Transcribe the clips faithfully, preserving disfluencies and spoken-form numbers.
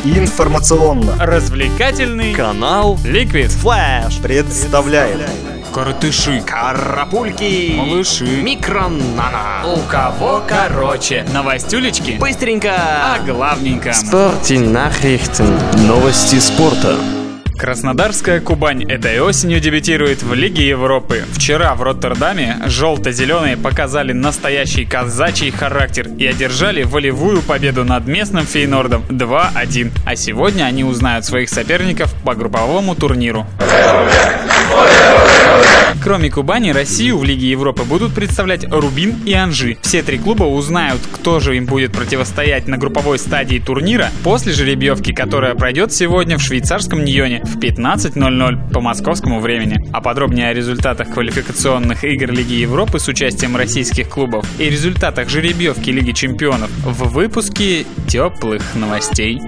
информационно-развлекательный канал Liquid Flash представляет Коротыши, карапульки, малыши, микронана. у кого короче. Новостюлечки, Быстренько, а главненько. Спорти Nachrichten. Новости спорта. Краснодарская Кубань этой осенью дебютирует в Лиге Европы. Вчера в Роттердаме желто-зеленые показали настоящий казачий характер и одержали волевую победу над местным Фейнордом два один. А сегодня они узнают своих соперников по групповому турниру. Кроме Кубани, Россию в Лиге Европы будут представлять Рубин и Анжи. Все три клуба узнают, кто же им будет противостоять на групповой стадии турнира после жеребьевки, которая пройдет сегодня в швейцарском Ньоне в пятнадцать ноль ноль по московскому времени. А подробнее о результатах квалификационных игр Лиги Европы с участием российских клубов и результатах жеребьевки Лиги Чемпионов в выпуске теплых новостей.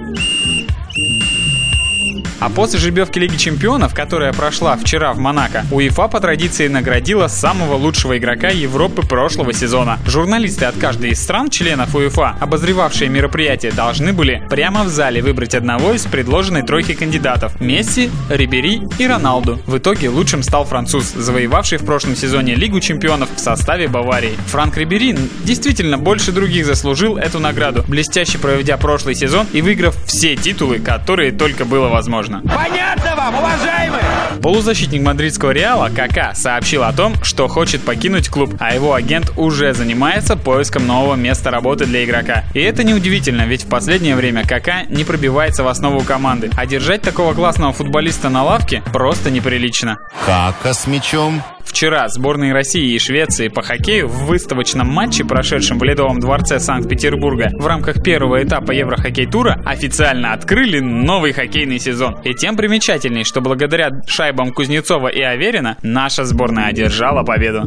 А после жеребьевки Лиги Чемпионов, которая прошла вчера в Монако, УЕФА по традиции наградила самого лучшего игрока Европы прошлого сезона. Журналисты от каждой из стран, членов УЕФА, обозревавшие мероприятие, должны были прямо в зале выбрать одного из предложенной тройки кандидатов – Месси, Рибери и Роналду. В итоге лучшим стал француз, завоевавший в прошлом сезоне Лигу Чемпионов в составе Баварии. Франк Рибери действительно больше других заслужил эту награду, блестяще проведя прошлый сезон и выиграв все титулы, которые только было возможно. Понятно вам, уважаемые! Полузащитник мадридского Реала Кака сообщил о том, что хочет покинуть клуб, а его агент уже занимается поиском нового места работы для игрока. И это неудивительно, ведь в последнее время Кака не пробивается в основу команды, а держать такого классного футболиста на лавке просто неприлично. Кака с мячом. Вчера сборные России и Швеции по хоккею в выставочном матче, прошедшем в Ледовом дворце Санкт-Петербурга в рамках первого этапа Еврохоккей-тура, официально открыли новый хоккейный сезон. И тем примечательней, что благодаря шайбам Кузнецова и Аверина наша сборная одержала победу.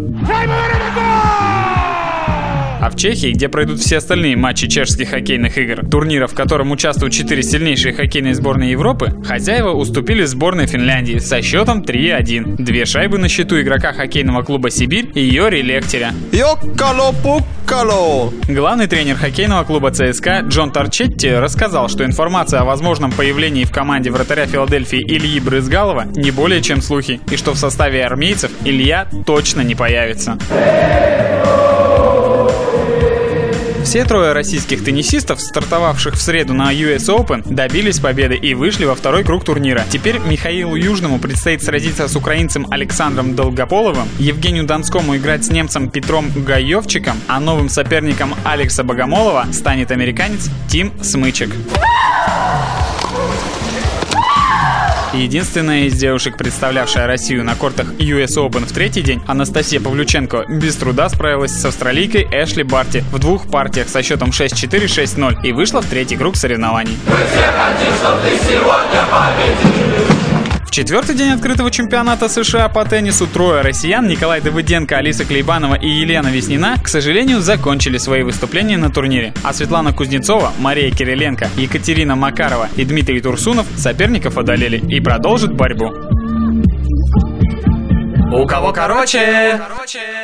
А в Чехии, где пройдут все остальные матчи чешских хоккейных игр, турнира, в котором участвуют четыре сильнейшие хоккейные сборные Европы, хозяева уступили сборной Финляндии со счетом три один. Две шайбы на счету игрока хоккейного клуба «Сибирь» и Йори Лехтеря. Йоккало-пуккало! Главный тренер хоккейного клуба ЦСКА Джон Торчетти рассказал, что информация о возможном появлении в команде вратаря Филадельфии Ильи Брызгалова не более чем слухи, и что в составе армейцев Илья точно не появится. Все трое российских теннисистов, стартовавших в среду на ю эс Open, добились победы и вышли во второй круг турнира. Теперь Михаилу Южному предстоит сразиться с украинцем Александром Долгополовым, Евгению Донскому играть с немцем Петром Гаевчиком, а новым соперником Алекса Богомолова станет американец Тим Смычек. Единственная из девушек, представлявшая Россию на кортах ю эс Open в третий день, Анастасия Павлюченко, без труда справилась с австралийкой Эшли Барти в двух партиях со счетом шесть четыре - шесть ноль и вышла в третий круг соревнований. В четвертый день открытого чемпионата США по теннису трое россиян Николай Давыденко, Алиса Клейбанова и Елена Веснина, к сожалению, закончили свои выступления на турнире. А Светлана Кузнецова, Мария Кириленко, Екатерина Макарова и Дмитрий Турсунов соперников одолели и продолжат борьбу. У кого короче? короче.